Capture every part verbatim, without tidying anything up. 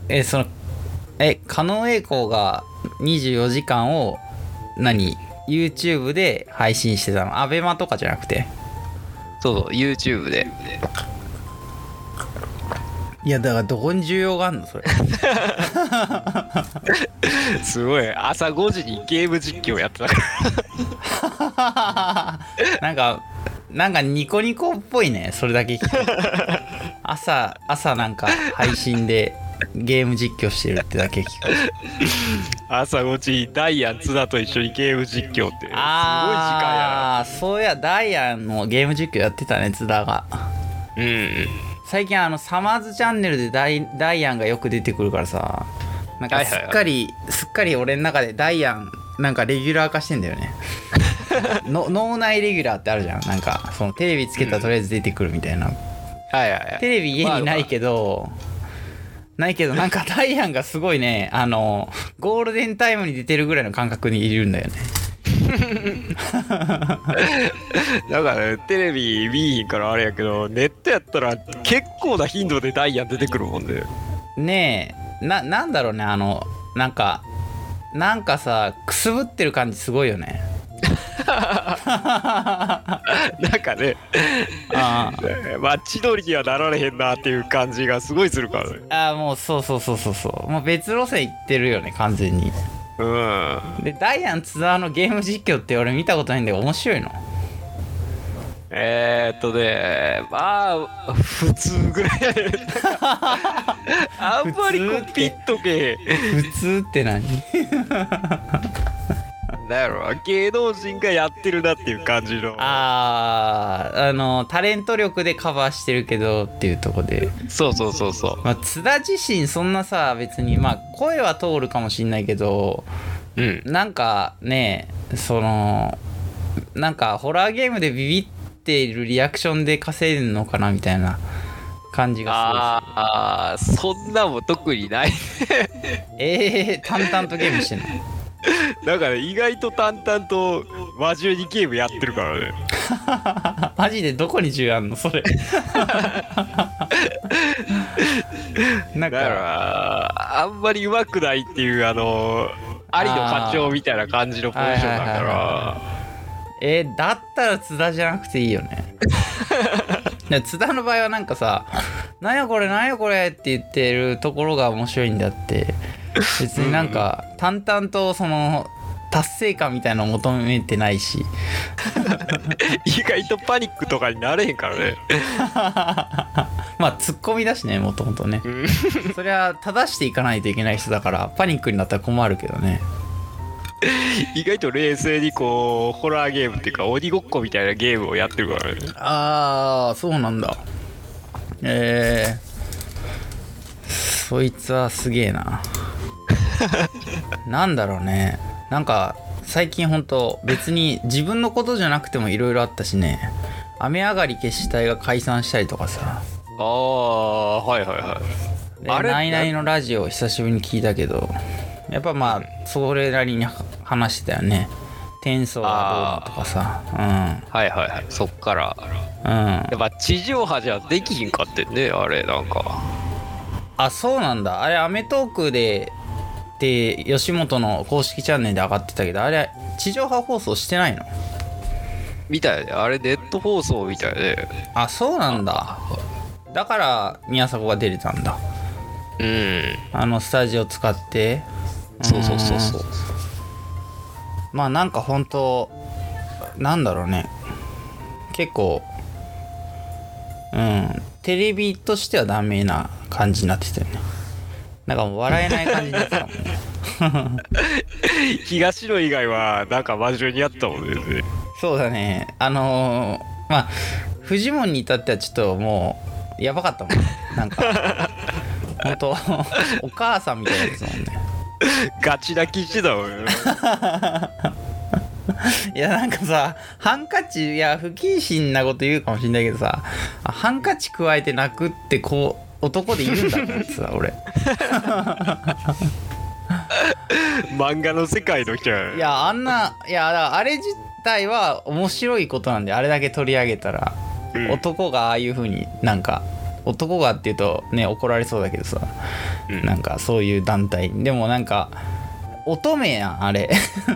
えそのえ狩野英孝がにじゅうよじかんを何 YouTube で配信してたの？アベマとかじゃなくて？ そうそう YouTube で。 いやだからどこに需要があんのそれすごい朝ごじにゲーム実況やってたからなんかなんかニコニコっぽいね、それだけ聞く朝朝なんか配信でゲーム実況してるってだけ聞く朝ごじにダイアン津田と一緒にゲーム実況ってすごい時間やな。 ああそうや、ダイアンのゲーム実況やってたね、津田が。 うん最近あのサマーズチャンネルでダイ、ダイアンがよく出てくるからさ、なんかすっかり、はいはいはい、すっかり俺の中でダイアンなんかレギュラー化してんだよねの脳内レギュラーってあるじゃん、なんかそのテレビつけたらとりあえず出てくるみたいな、うん、 はいはいはい、 テレビ家にないけど、まあまあ、ないけどなんかダイアンがすごいね、あのゴールデンタイムに出てるぐらいの感覚にいるんだよねだからね、テレビ見いひんからあれやけど、ネットやったら結構な頻度でダイヤ出てくるもんね。 ねえ、な、なんだろうね、あのなんかなんかさくすぶってる感じすごいよねなんかね、あまあ千鳥にはなられへんなっていう感じがすごいするからね。 ああもうそうそうそうそうそう、もう別路線行ってるよね完全に。 うん。 でダイアンツアーのゲーム実況って俺見たことないんで面白いの？ えーっとね、まあ普通ぐらいあんまりこうピッとけ普通って何なんやろ、芸能人がやってるなっていう感じの。 あーあのタレント力でカバーしてるけどっていうとこで、 そうそうそうそう、 まあ、津田自身そんなさ別にまあ声は通るかもしんないけど、うん、なんかねそのなんかホラーゲームでビビっているリアクションで稼いでるのかなみたいな感じがする。 ああそんなも特にないえー、淡々とゲームしてんの？ だから意外と淡々と真面目にゲームやってるからねマジでどこに銃あんのそれなんかだからあんまり上手くないっていうあのありの課長みたいな感じのポジションだから、はいはいはいはい、 えー、だったら津田じゃなくていいよね津田の場合はなんかさなんやこれなんやこれって言ってるところが面白いんだって別になんか淡々とその達成感みたいなの求めてないし意外とパニックとかになれへんからねまあツッコミだしねもともとねそれは正していかないといけない人だからパニックになったら困るけどね意外と冷静にこうホラーゲームっていうか鬼ごっこみたいなゲームをやってるからね。 ああそうなんだ。えー、そいつはすげえななんだろうね、なんか最近ほんと別に自分のことじゃなくてもいろいろあったしね、雨上がり決死隊が解散したりとかさ、 ああはいはいはい、 あれナイナイのラジオ久しぶりに聞いたけどやっぱまあそれなりに話してたよね、転送がどうのとかさ、うんはいはいはい、そっからうんやっぱ地上波じゃできひんかってねあれなんか。 あそうなんだ、あれアメトークでで吉本の公式チャンネルで上がってたけどあれ地上波放送してないのみたいで、あれネット放送みたいで。 あそうなんだ、だから宮迫が出れたんだ。 うんあのスタジオ使って、 そうそうそうそう、 まあなんか本当なんだろうね、結構うんテレビとしてはダメな感じになってたよね。なんかもう笑えない感じになってたもんね東野以外はなんか真面目にやったもんね。 そうだね、あのー、まあフジモンに至ってはちょっともうやばかったもんなんか本当お母さんみたいなやつもんねガチ泣きしてたもんよいやなんかさハンカチ、いや不謹慎なこと言うかもしんないけどさ、ハンカチ加えて泣くってこう男でいるんだと思ってさ俺漫画の世界の人や。 いやあんないやだからあれ自体は面白いことなんで、あれだけ取り上げたら、うん、男がああいう風になんか男がっていうとね怒られそうだけどさ、うん、なんかそういう団体でもなんか乙女やんあれ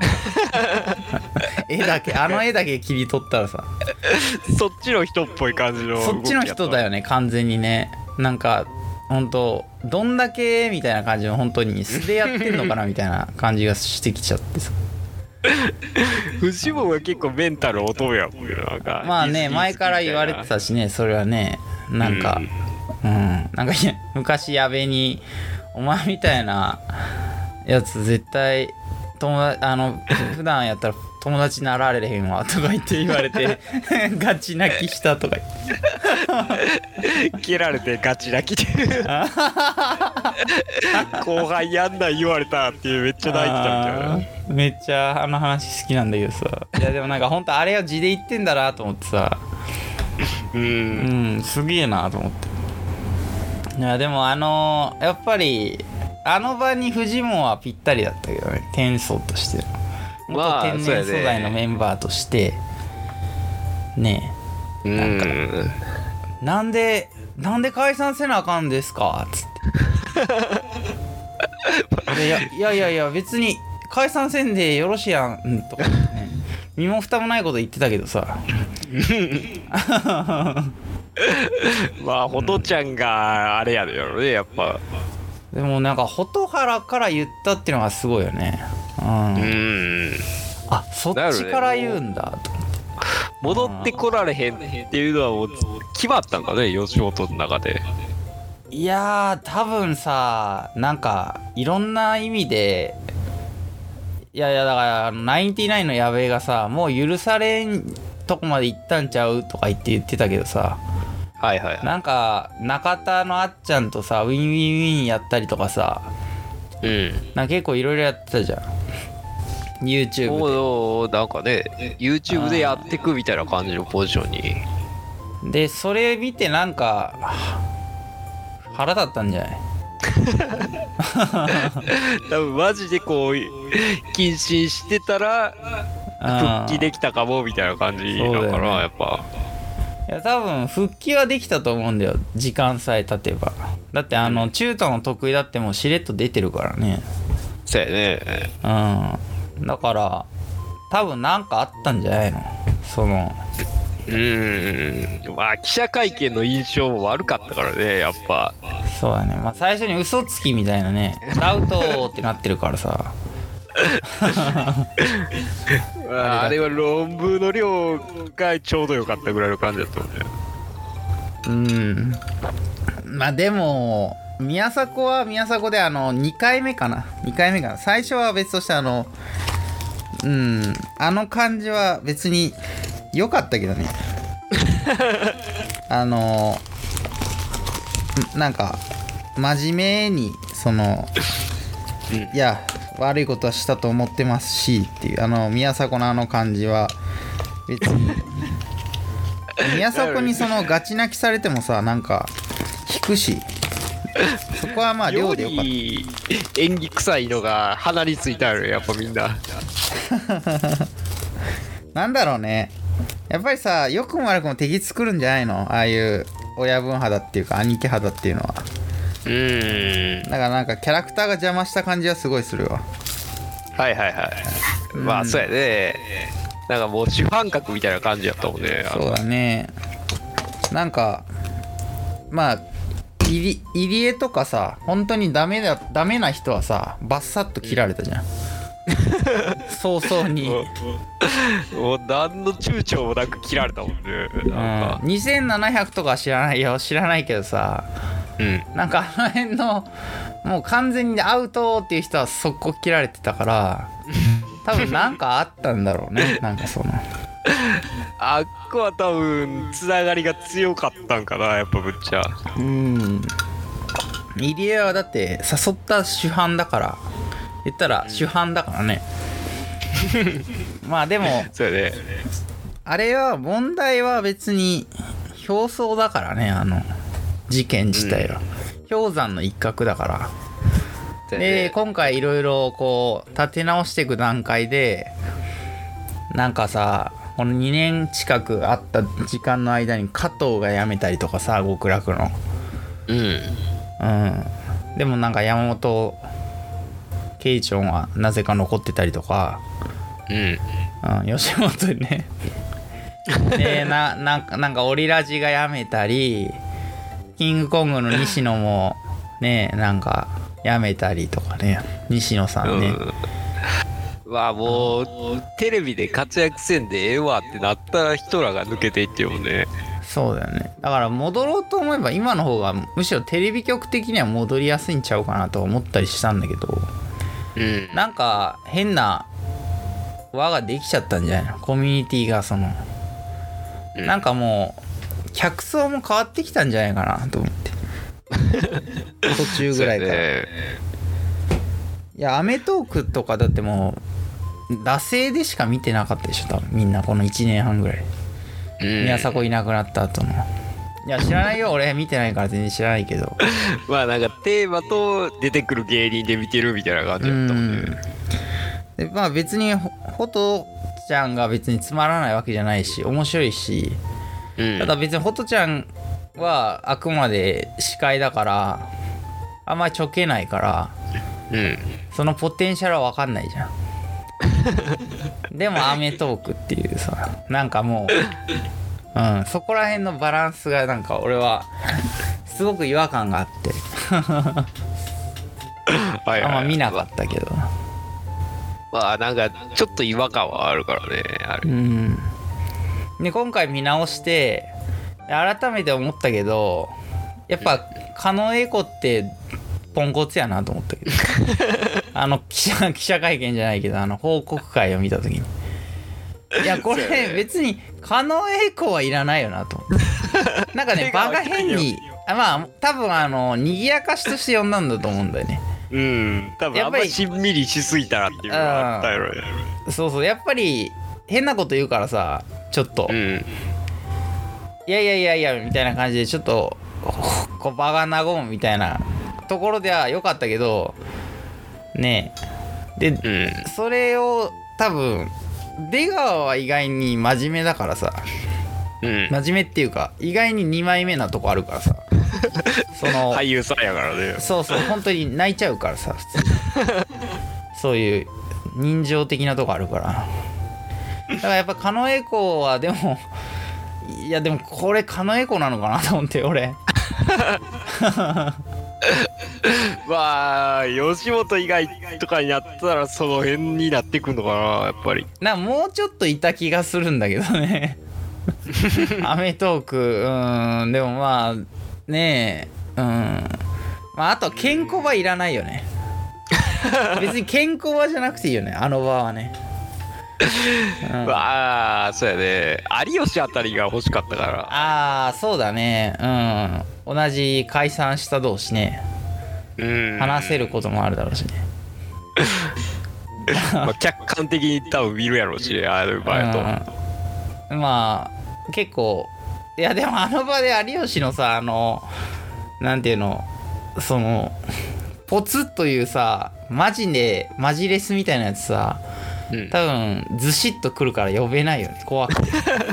絵だけあの絵だけ切り取ったらさそっちの人っぽい感じのそっちの人だよね完全にね。なんかほんとどんだけみたいな感じの本当に素でやってんのかなみたいな感じがしてきちゃってさフジモンは結構メンタル乙女やもんなんかまあね前から言われてたしねそれはねなんかうん、うん、なんかいや昔矢部にお前みたいなやつ絶対友達あの普段やったら友達になられへんわとか言って言われてガチ泣きしたとか言って蹴られてガチ泣きで後輩やんない言われたっていうめっちゃ泣いてたみたいな。 めっちゃあの話好きなんだけどさいやでもなんかほんとあれを字で言ってんだなと思ってさうん、うん、すげえなと思って。いやでもあのー、やっぱりあの場にフジモンはぴったりだったけどね天素として元天然素材のメンバーとしてねえなんかなんでなんで解散せなあかんですかっつっていやいやいやいや別に解散せんでよろしいやんとか言ってね身も蓋もないこと言ってたけどさまあホトちゃんがあれやだよねやっぱ。 でもなんか蛍原から言ったっていうのがすごいよね。うん。うんあそっちから言うんだと思って。 戻ってこられへんっていうのはもう決まったんかね吉本の中で。 いやー多分さなんかいろんな意味でいやいやだからナインティナインの矢部がさもう許されんとこまで行ったんちゃうとか言って言ってたけどさ。 はいはいはい、 なんか中田のあっちゃんとさウィンウィンウィンやったりとかさ、うん、なんか結構いろいろやってたじゃん YouTube で。 おなんかね YouTube でやってくみたいな感じのポジションにでそれ見てなんか腹立ったんじゃない多分マジでこう謹慎してたら復帰できたかもみたいな感じだから、ね、やっぱいや多分復帰はできたと思うんだよ時間さえ経てば。だってあの、うん、中途の得意だってもうしれっと出てるからね。 そうやね。 うんだから多分なんかあったんじゃないのそのうーんまあ記者会見の印象も悪かったからねやっぱ。 そうだねまあ最初に嘘つきみたいなねダウトってなってるからさあ, あれは論文の量がちょうどよかったぐらいの感じだったもんね。 うんまあでも宮迫は宮迫であのにかいめかなにかいめかな最初は別としてあのうんあの感じは別に良かったけどねあのなんか真面目にその、うん、いや悪いことはしたと思ってますしっていうあの宮迫のあの感じは別に宮迫にそのガチ泣きされてもさなんか引くしそこはまあ量でよかった。 演技臭いのが鼻についてあるやっぱみんななんだろうねやっぱりさ良くも悪くも敵作るんじゃないのああいう親分肌っていうか兄貴肌っていうのは。うーんだからなんかキャラクターが邪魔した感じはすごいするわ。 はいはいはい、うん、まあそうやねなんかもう主犯格みたいな感じやったもんね。 そうだねなんかまあ入江とかさ本当にダメだダメな人はさバッサッと切られたじゃん、うん、早々にもう何の躊躇もなく切られたもんね。なんか、 うん、にせんななひゃくとか知らないよ知らないけどさ、うん、なんかあの辺のもう完全にアウトっていう人は速攻切られてたから多分なんかあったんだろうねなんかそのあっこは多分つながりが強かったんかなやっぱぶっちゃ。 うん入江はだって誘った主犯だから言ったら主犯だからね、うん、まあでもそうやねあれは問題は別に表層だからねあの事件自体は、うん、氷山の一角だから、ね、で今回いろいろこう立て直していく段階でなんかさこのにねん近くあった時間の間に加藤が辞めたりとかさ極楽のうんうんでもなんか山本圭一郎はなぜか残ってたりとか、 うんうん、吉本ねでななんかなんかオリラジが辞めたり、キングコングの西野もねなんか辞めたりとかね、西野さんね、 うん、まあもうテレビで活躍せんでええわってなった人らが抜けていってよね。 そうだよね。だから戻ろうと思えば今の方がむしろテレビ局的には戻りやすいんちゃうかなと思ったりしたんだけど、 うん、 なんか変な輪ができちゃったんじゃないの、コミュニティが。その、うん、なんかもう客層も変わってきたんじゃないかなと思って途中ぐらいから、ね、いやアメトーークとかだってもう惰性でしか見てなかったでしょ多分みんな、このいちねんはんぐらい、うん、宮迫いなくなった後の。いや知らないよ俺見てないから全然知らないけどまあなんかテーマと出てくる芸人で見てるみたいな感じだったもんね。 でまあ別にホトちゃんが別につまらないわけじゃないし面白いし、うん、ただ別にホトちゃんはあくまで司会だからあんまりちょけないから、うん、そのポテンシャルは分かんないじゃんでもアメトークっていうさなんかもう、うん、そこら辺のバランスがなんか俺はすごく違和感があってはい、はい、あんま見なかったけど、 まあなんかちょっと違和感はあるからねあれ、うん、 で今回見直して改めて思ったけどやっぱ狩野英孝ってポンコツやなと思ったけどあの記者記者会見じゃないけどあの報告会を見た時にいやこれ別に狩野英孝はいらないよなと思ってなんかね場が変にまあ多分あの賑やかしとして呼んだんだと思うんだよね。 うん多分あんまりしんみりしすぎたらっていうのがあったやろね。 そうそうやっぱり変なこと言うからさちょっと、うん、いやいやいやいやみたいな感じでちょっとこう場が和むみたいなところでは良かったけどねえで、うん、それを多分出川は意外に真面目だからさ、うん、真面目っていうか意外ににまいめなとこあるからさその俳優さんやからね。 そうそう本当に泣いちゃうからさ普通にそういう人情的なとこあるからだからやっぱ狩野英孝はでもいやでもこれ狩野英孝なのかなと思って俺まあ吉本以外とかになったらその辺になってくんのかなやっぱり。 なんかもうちょっといた気がするんだけどねアメトークうんでもまあねえうんまああとケンコバいらないよね別にケンコバじゃなくていいよねあの場はね、 うん、わあそうやね有吉あたりが欲しかったから。 ああそうだねうん同じ解散した同士ねうん話せることもあるだろうしねまあ客観的に多分見るやろうしねあの場合と、 うん、まあ結構いやでもあの場で有吉のさあのなんていうのそのポツッというさマジでマジレスみたいなやつさ、うん、多分ずしっとくるから呼べないよね怖くて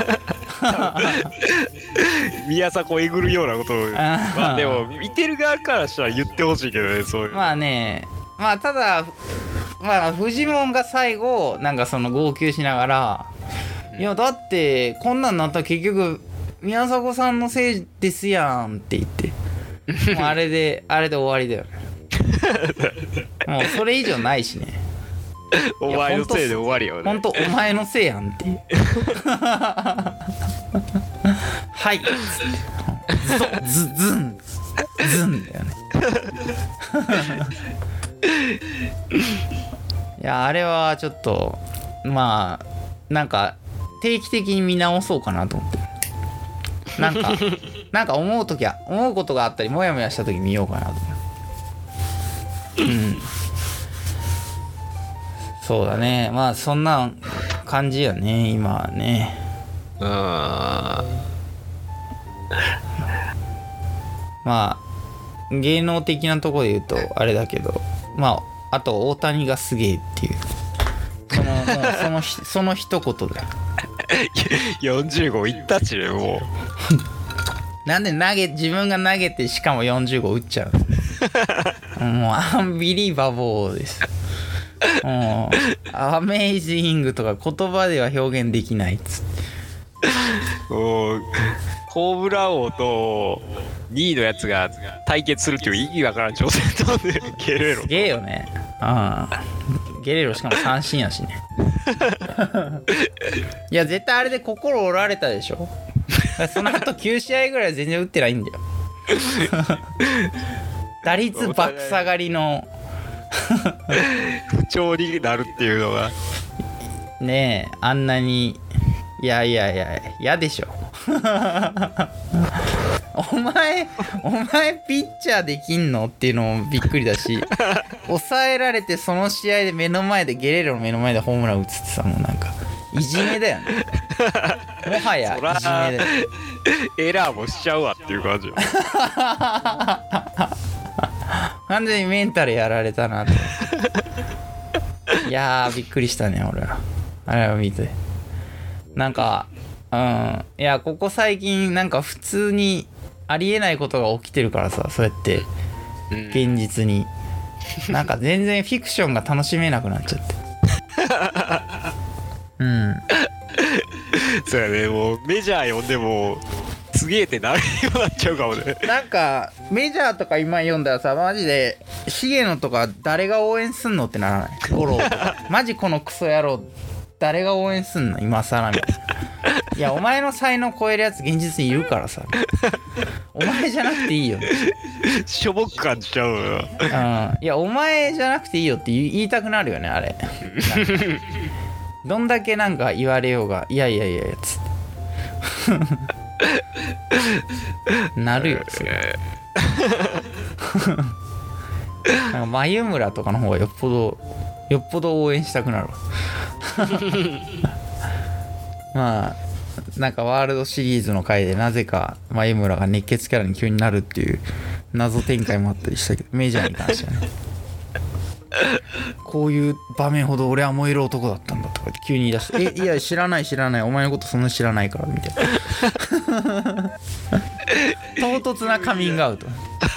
宮迫えぐるようなことをまあでも見てる側からしたら言ってほしいけどねそういうまあねまあただまあフジモンが最後なんかその号泣しながら、うん、いやだってこんなんなったら結局宮迫さんのせいですやんって言ってもうあれであれで終わりだよねもうそれ以上ないしねお前のせいで終わりよねほんとお前のせいやんってはいっつってズズンズンだよねいやあれはちょっとまあなんか定期的に見直そうかなと思ってなんかなんか思うときは思うことがあったりモヤモヤしたとき見ようかなと思ってうんそうだねまあそんな感じよね今はねうんまあ芸能的なところで言うとあれだけどまああと大谷がすげえっていうそのもうそのその一言だよよんじゅうごいったっちねもうなんで投げ自分が投げてしかもよんじゅうご打っちゃうもうアンビリバボーですもうアメイジングとか言葉では表現できないっつってもうホームラン王とにいのやつが対決するっていう意味わからん挑戦とねゲレロすげえよね。うんゲレロしかも三振やしねいや絶対あれで心折られたでしょその後きゅう試合ぐらい全然打ってないんだよ打率爆下がりの不調になるっていうのがねえあんなにいやいやいや嫌でしょお前お前ピッチャーできんのっていうのもびっくりだし抑えられてその試合で目の前でゲレーロの目の前でホームラン打つってさもうなんかいじめだよねもはやいじめだよエラーもしちゃうわっていう感じ完全にメンタルやられたなっていやーびっくりしたね俺はあれを見てなんかうんいやここ最近なんか普通にありえないことが起きてるからさそうやって現実に、うん、なんか全然フィクションが楽しめなくなっちゃってうんそうやねもうメジャー読んでもすげえってなるようになっちゃうかもねなんかメジャーとか今読んだらさマジで重野とか誰が応援すんのってならない五郎とかマジこのクソ野郎誰が応援すんの今更みたいないやお前の才能超えるやつ現実にいるからさお前じゃなくていいよ、ね、 しょぼく感じちゃうよな、うん、いやお前じゃなくていいよって言いたくなるよねあれどんだけなんか言われようがいやいやいやつってなるよそれなんか眉村とかの方がよっぽどよっぽど応援したくなるまあなんかワールドシリーズの回でなぜか眉村が熱血キャラに急になるっていう謎展開もあったりしたけどメジャーに関してはねこういう場面ほど俺は燃える男だったんだとかって急に言い出してえいや知らない知らないお前のことそんな知らないからみたいな唐突なカミングアウト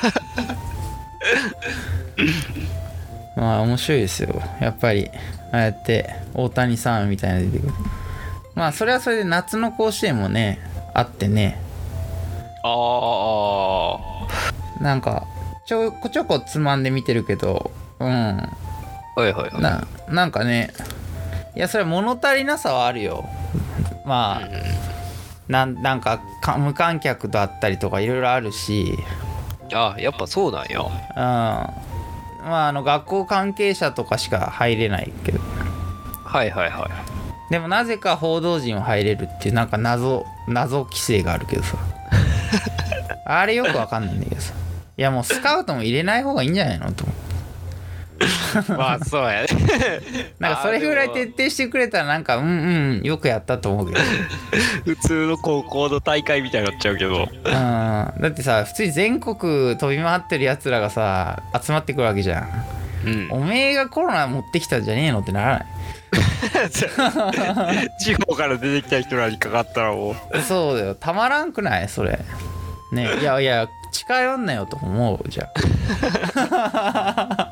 まあ面白いですよやっぱりああやって大谷さんみたいなの出てくるまあそれはそれで夏の甲子園もねあってねああなんかちょこちょこつまんで見てるけどうんはいはいはいな, なんかねいやそれは物足りなさはあるよまあ、うん、な, なんかか無観客だったりとかいろいろあるしあやっぱそうなんやうんまああの学校関係者とかしか入れないけどはいはいはいでもなぜか報道陣は入れるっていうなんか謎謎規制があるけどさあれよくわかんないんだけどさいやもうスカウトも入れない方がいいんじゃないのと思ってまあそうやねなんかそれぐらい徹底してくれたらなんかうんうんよくやったと思うけど普通の高校の大会みたいになっちゃうけどうんだってさ普通に全国飛び回ってるやつらがさ集まってくるわけじゃん、うん、おめえがコロナ持ってきたんじゃねえのってならない地方から出てきた人らにかかったらもうそうだよたまらんくないそれねいやいや近寄んなよと思うじゃあ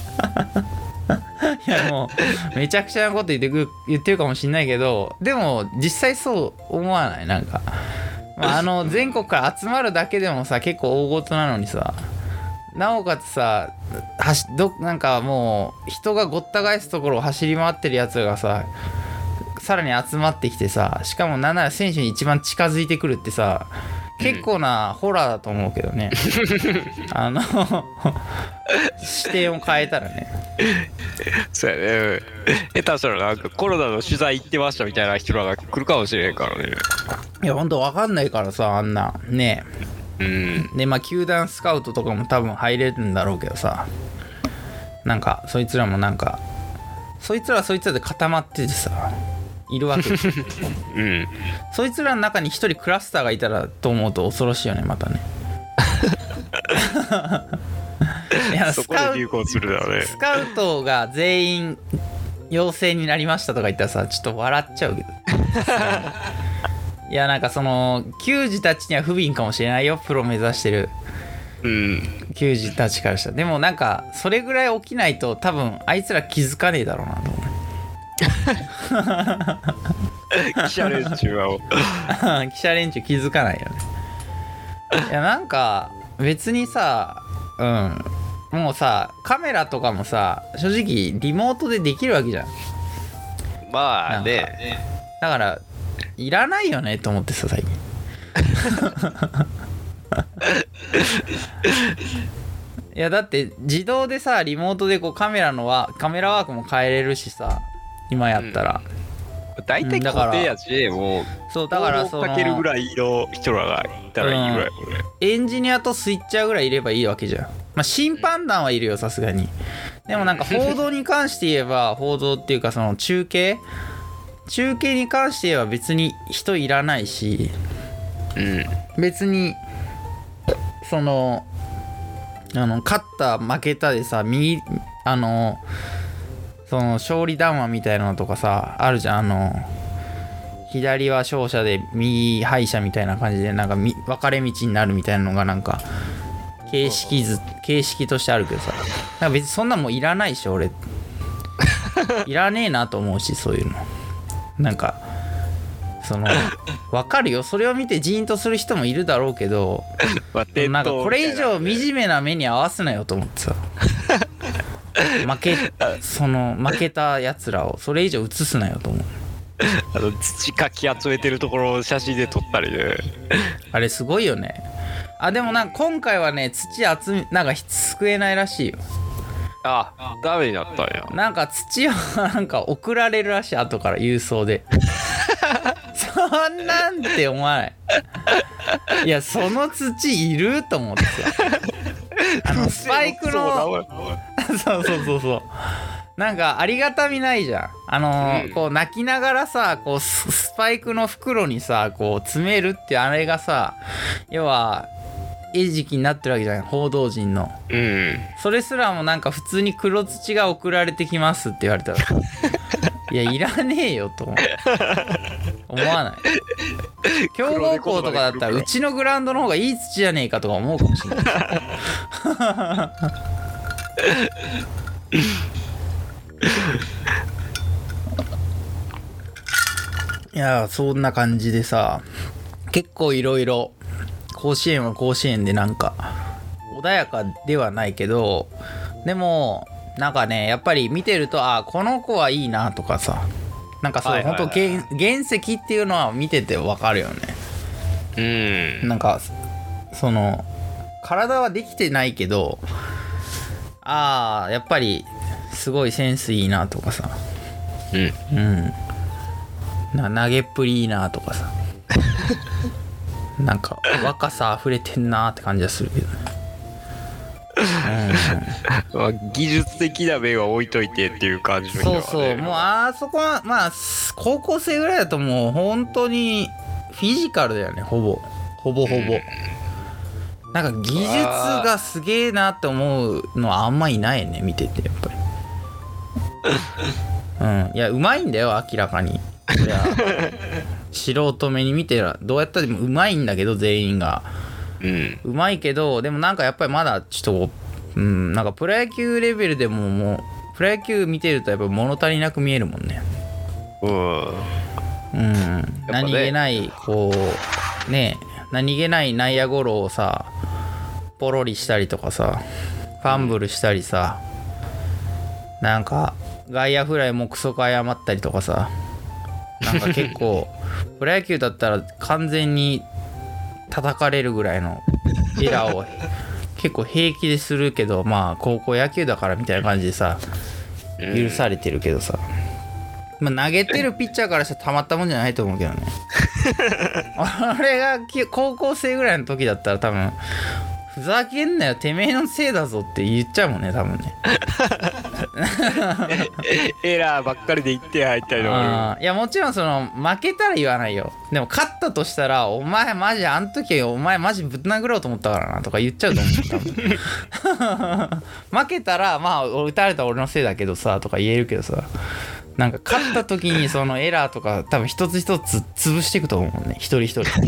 いやもうめちゃくちゃなこと言ってく言ってるかもしんないけどでも実際そう思わないなんか、まあ、あの全国から集まるだけでもさ結構大事なのにさなおかつさはしどなんかもう人がごった返すところを走り回ってるやつがささらに集まってきてさしかもなんなら選手に一番近づいてくるってさ結構なホラーだと思うけどね、うん、あの視点を変えたらねそうやね下手したらなんかコロナの取材行ってましたみたいな人らが来るかもしれへんからねいやほんと分かんないからさあんなねえうんでまあ球団スカウトとかも多分入れるんだろうけどさなんかそいつらもなんかそいつらはそいつらで固まっててさいるわけです、うん、そいつらの中に一人クラスターがいたらと思うと恐ろしいよねまたねいやそこで流行するだろうねスカウトが全員陽性になりましたとか言ったらさちょっと笑っちゃうけどいやなんかその球児たちには不憫かもしれないよ、プロ目指してる球児たちからしたら。でもなんかそれぐらい起きないと多分あいつら気づかねえだろうなと思う。 記者連中は記者連中気づかないよね。いやなんか別にさ、うんもうさカメラとかもさ正直リモートでできるわけじゃん。 まあね、 だからいらないよねと思ってさ最近。いやだって自動でさリモートでこうカメラのはカメラワークも変えれるしさ今やったら、 うん、大体固定やし、もうそうだからそのかけるぐらいの人らがいたらいいぐらい、 うん、エンジニアとスイッチャーぐらいいればいいわけじゃん。まあ審判団はいるよさすがに。でもなんか報道に関して言えば報道っていうかその中継中継に関して言えば別に人いらないし、うん、別にそのあの勝った負けたでさ右あのその勝利談話みたいなのとかさあるじゃん。あの左は勝者で右敗者みたいな感じでなんか分かれ道になるみたいなのがなんか形式図形式としてあるけどさ、なんか別にそんなもんいらないし俺いらねえなと思うし、そういうのなんかその分かるよ、それを見てジーンとする人もいるだろうけどなんかこれ以上惨めな目に合わすなよと思ってさ負けその負けたやつらをそれ以上映すなよと思う。 あの土かき集めてるところを写真で撮ったりであれすごいよね。あでもなんか今回はね土集めなんか救えないらしいよ。 あダメになったんや。 なんか土はなんか送られるらしい後から郵送でそんなんて思わない。いやその土いると思ってさあのスパイクのそうそうそうそうなんかありがたみないじゃん。あの、うん、こう泣きながらさこうスパイクの袋にさこう詰めるってあれがさ要は餌食になってるわけじゃん報道陣の、うん、それすらもなんか普通に黒土が送られてきますって言われたらいやいらねえよと思う思わない。強豪校とかだったらうちのグラウンドの方がいい土じゃねえかとか思うかもしれないいやそんな感じでさ結構いろいろ甲子園は甲子園でなんか穏やかではないけどでもなんかねやっぱり見てるとあこの子はいいなとかさなんかそう、はいはいはい、本当原石っていうのは見ててわかるよね。うんなんかその体はできてないけどああやっぱりすごいセンスいいなとかさうん、うん、な投げっぷりいいなとかさなんか若さ溢れてんなって感じがするけどね、 うんまあ、技術的な面は置いといてっていう感じの人は、ね、 そうそうもうあそこはまあ高校生ぐらいだともう本当にフィジカルだよねほぼほぼほぼ、うん、なんか技術がすげえなって思うのはあんまいないね見ててやっぱりうんいやうまいんだよ明らかにいや素人目に見てらどうやったらでもうまいんだけど全員がうま、うん、いけどでもなんかやっぱりまだちょっとうんなんかプロ野球レベルでももうプロ野球見てるとやっぱ物足りなく見えるもんね。うんうん、ね、何気ないこうね何気ない内野ゴロをさポロリしたりとかさファンブルしたりさなんか外野フライもクソか謝ったりとかさなんか結構プロ野球だったら完全に叩かれるぐらいのエラーを結構平気でするけどまあ高校野球だからみたいな感じでさ許されてるけどさ、まあ、投げてるピッチャーからしたらたまったもんじゃないと思うけどね俺が高校生ぐらいの時だったら多分ふざけんなよてめえのせいだぞって言っちゃうもんね多分ねエラーばっかりでいって入ったりとかいやもちろんその負けたら言わないよでも勝ったとしたらお前マジあの時お前マジぶん殴ろうと思ったからなとか言っちゃうと思う多分負けたらまあ打たれた俺のせいだけどさとか言えるけどさなんか勝った時にそのエラーとか多分一つ一つ潰していくと思うもんね、一人一人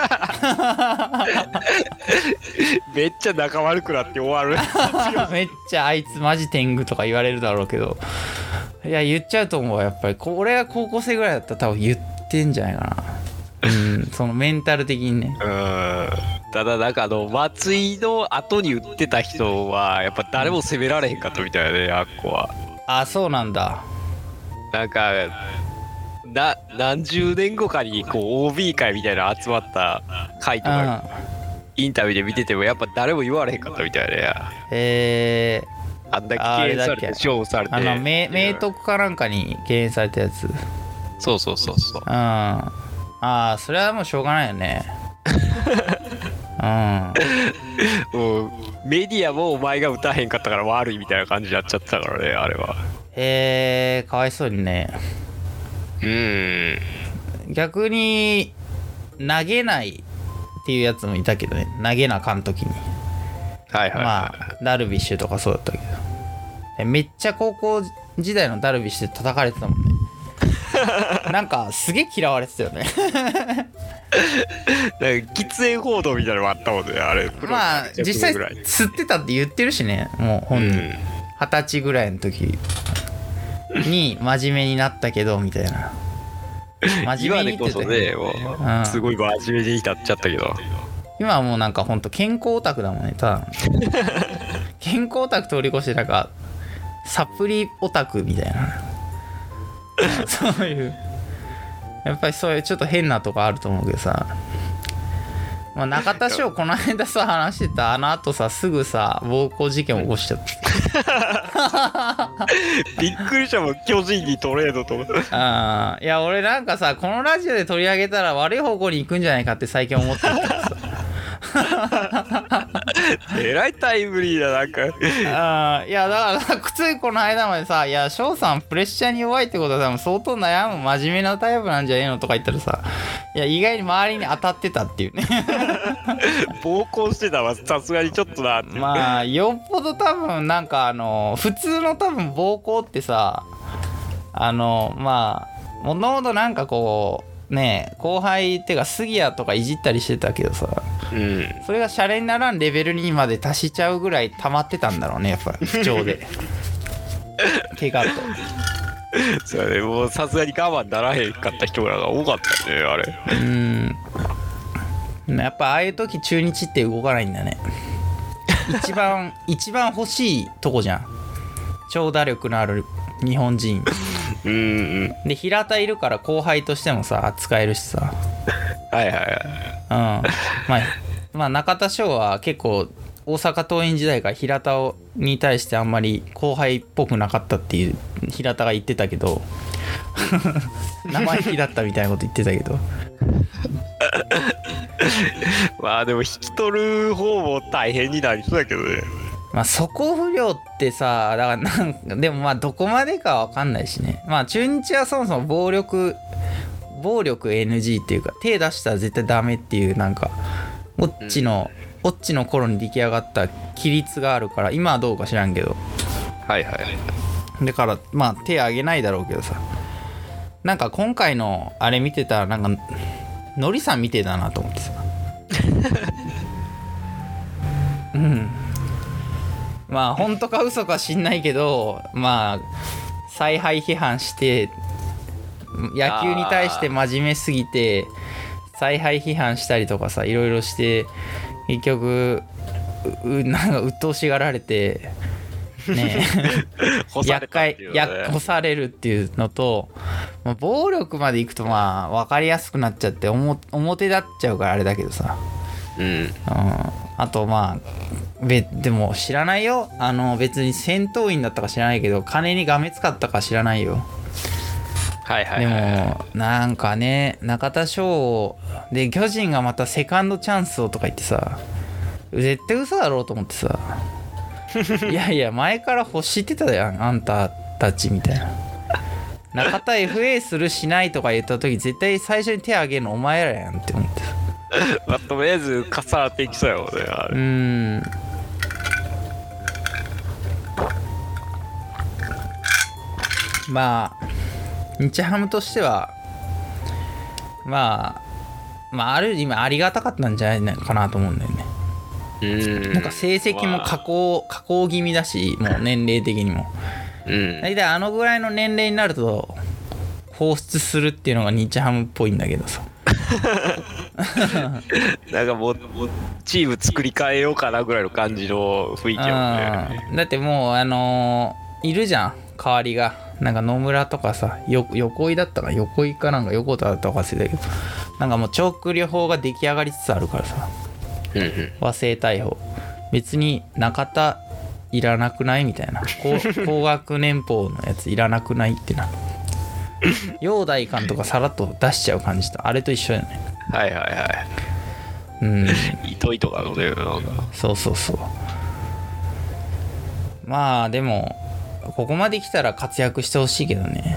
めっちゃ仲悪くなって終わるめっちゃあいつマジ天狗とか言われるだろうけど、いや言っちゃうと思う。やっぱり俺が高校生ぐらいだったら多分言ってんじゃないかな。うんそのメンタル的にね。 うんただなんかあの松井の後に打ってた人はやっぱ誰も攻められへんかったみたいね、あっこは。 あ、そうなんだ。 なんかな何十年後かにこう オービー 会みたいな集まった会とかインタビューで見ててもやっぱ誰も言われへんかったみたいね。 へえー、あんだけ敬遠されて勝負されて、 あの明明徳かなんかに敬遠されたやつ。 そうそうそうそう。 うんああそれはもうしょうがないよねうんもうメディアもお前が打たへんかったから悪いみたいな感じになっちゃったからね、あれは。 へえかわいそうにね。 うーん逆に投げないっていうやつもいたけどね、投げなかん時に。 はいはい、はい、 まあダルビッシュとかそうだったけど、めっちゃ高校時代のダルビッシュで叩かれてたもんねなんかすげえ嫌われてたよねなんか喫煙報道みたいなのもあったもんね、あれ。 まあ実際吸ってたって言ってるしね、もう本人二十、うん、歳ぐらいの時に真面目になったけどみたいな。 真面目に言ってたけど今でこそね、もう、うん、すごい真面目に至っちゃったけど、 今はもうなんかほんと健康オタクだもんね、ただ健康オタク通り越してなんかサプリオタクみたいなそういうやっぱりそういうちょっと変なとこあると思うけどさ、まあ、中田翔この間さ話してたあの後さすぐさ暴行事件起こしちゃったびっくりしたもん、巨人にトレードとあいや俺なんかさこのラジオで取り上げたら悪い方向に行くんじゃないかって最近思ってるからさえらいタイムリーだなんかあいやだからくついこの間までさ、いや翔さんプレッシャーに弱いってことは多分相当悩む真面目なタイプなんじゃねえのとか言ったらさ、いや意外に周りに当たってたっていうね暴行してたわさすがにちょっとなって。 まあよっぽど多分なんかあの普通の多分暴行ってさあのまあもともとなんかこうね後輩ってか杉谷とかいじったりしてたけどさ、うん、それがシャレにならんレベルにまで達しちゃうぐらい溜まってたんだろうね、やっぱ不調で怪我とそれもうさすがに我慢ならへんかった人らが多かったよねあれ。 うんやっぱああいう時中日って動かないんだね一番一番欲しいとこじゃん、長打力のある日本人うん、うん、で平田いるから後輩としてもさ使えるしさはいはいはい、 うんまあ、まあ中田翔は結構大阪桐蔭時代から平田に対してあんまり後輩っぽくなかったっていう平田が言ってたけど生意気だったみたいなこと言ってたけどまあでも引き取る方も大変になりそうだけどね。 まあ素行不良ってさだからなんかでもまあどこまでかは分かんないしね。まあ中日はそもそも暴力暴力 エヌジー っていうか手出したら絶対ダメっていうなんかオッチの、うん、オッチの頃に出来上がった規律があるから今はどうか知らんけどはいはいはいだからまあ手挙げないだろうけどさなんか今回のあれ見てたらなんかのりさん見てたなと思ってさうんまあ本当か嘘か知んないけどまあ采配批判して野球に対して真面目すぎて采配批判したりとかさいろいろして結局うなんか鬱陶しがられてね厄介干されるっていうのと、まあ、暴力までいくとまあ分かりやすくなっちゃって表立っちゃうからあれだけどさ、うんうん、あとまあべでも知らないよあの別に戦闘員だったか知らないけど金にがめつかったか知らないよ。 はいはいはい、 でもなんかね中田翔で巨人がまたセカンドチャンスをとか言ってさ絶対嘘だろうと思ってさいやいや前から欲してたやんあんたたちみたいな中田 エフエー するしないとか言った時絶対最初に手挙げるのお前らやんって思ってさまあ、とりあえず重なっていきそうやもんねあれ。うーんまあ日ハムとしてはまあまあある意味ありがたかったんじゃないのかなと思うんだよね。 うーんなんか成績も下降、下降気味だし、もう年齢的にも。 うん、 大体あのぐらいの年齢になると放出するっていうのが日ハムっぽいんだけどさ。 なんかもうチーム作り変えようかなぐらいの感じの雰囲気あるね。 だってもうあのー、いるじゃん代わりが。なんか野村とかさ、よ横井だったか横井かなんか横田だったか忘れたけど、なんかもう長距離法が出来上がりつつあるからさ。 うんうん、 和製大砲別に中田いらなくないみたいな高額年俸のやついらなくないってな陽大監とかさらっと出しちゃう感じとあれと一緒だよね。 はいはいはい。 うん糸糸がのねなんかそうそうそう。まあでもここまで来たら活躍してほしいけどね。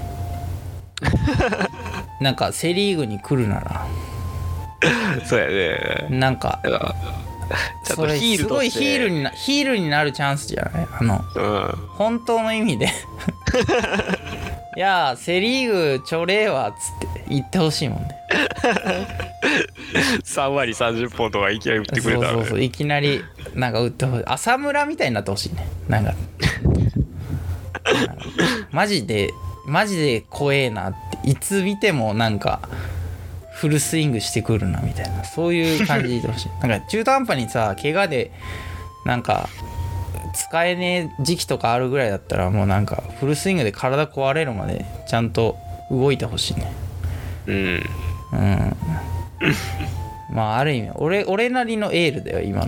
なんかセリーグに来るならそうやね。 なんかそれすごいヒールになヒールになるチャンスじゃない？あの、うん、本当の意味でいやセリーグちょれえわっつって言ってほしいもんね。 さんわりさんじゅっぽんとかいきなり打ってくれたら、ね、 そうそうそういきなりなんか打ってほしい。浅村みたいになってほしいね。なんかマジでマジで怖えなっていつ見てもなんかフルスイングしてくるなみたいなそういう感じでいてほしい。なんか中途半端にさ怪我でなんか使えねえ時期とかあるぐらいだったらもうなんかフルスイングで体壊れるまでちゃんと動いてほしいね。 うんうんまあある意味俺俺なりのエールだよ今の。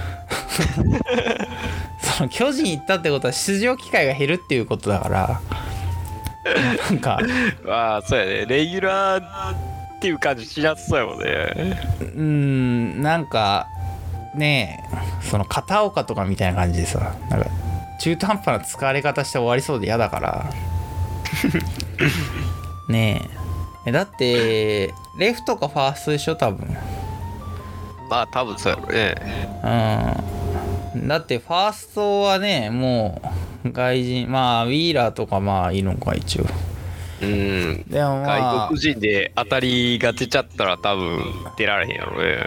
その巨人行ったってことは出場機会が減るっていうことだからなんかまあそうやねレギュラーっていう感じしなさそうやもんね。 うーんなんかねえその片岡とかみたいな感じでさなんか中途半端な使われ方して終わりそうで嫌だからねえだってレフトかファーストでしょ多分。 まあ多分そうやろね。 うんだってファーストはねもう外人まあウィーラーとかまあいいのか一応。 うんでもまあ外国人で当たりが出ちゃったら多分出られへんやろね。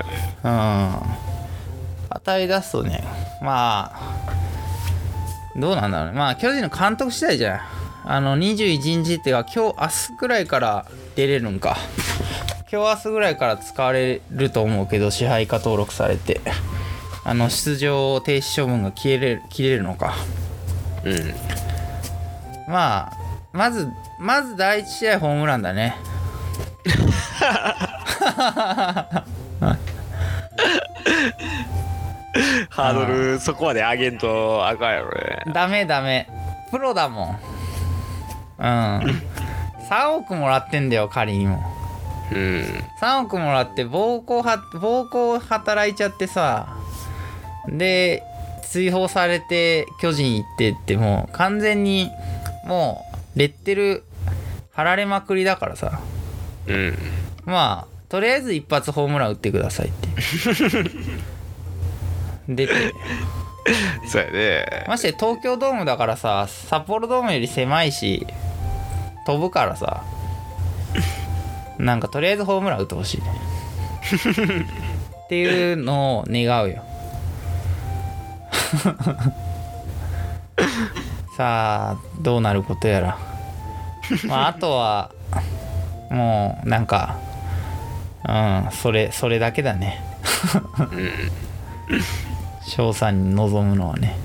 うん当たり出すとねまあどうなんだろうね。まあ巨人の監督次第じゃん。あのにじゅういちにちっていうか今日明日ぐらいから出れるんか。今日明日ぐらいから使われると思うけど支配下登録されてあの出場停止処分が消えれる切れるのか。 うんまあまずまずだいいち試合ホームランだね。 ハードルそこまで上げんとあかんやろね。 ダメダメプロだもん。うんさんおくもらってんだよ仮にも。 うんさんおくもらって暴行は暴行働いちゃってさで追放されて巨人行ってってもう完全にもうレッテル貼られまくりだからさ。 うんまあとりあえず一発ホームラン打ってくださいって出てそうやね。 まして東京ドームだからさ札幌ドームより狭いし飛ぶからさなんかとりあえずホームラン打ってほしいねっていうのを願うよ。さあどうなることやら。まああとはもうなんかうんそれそれだけだね。翔さんに望むのはね。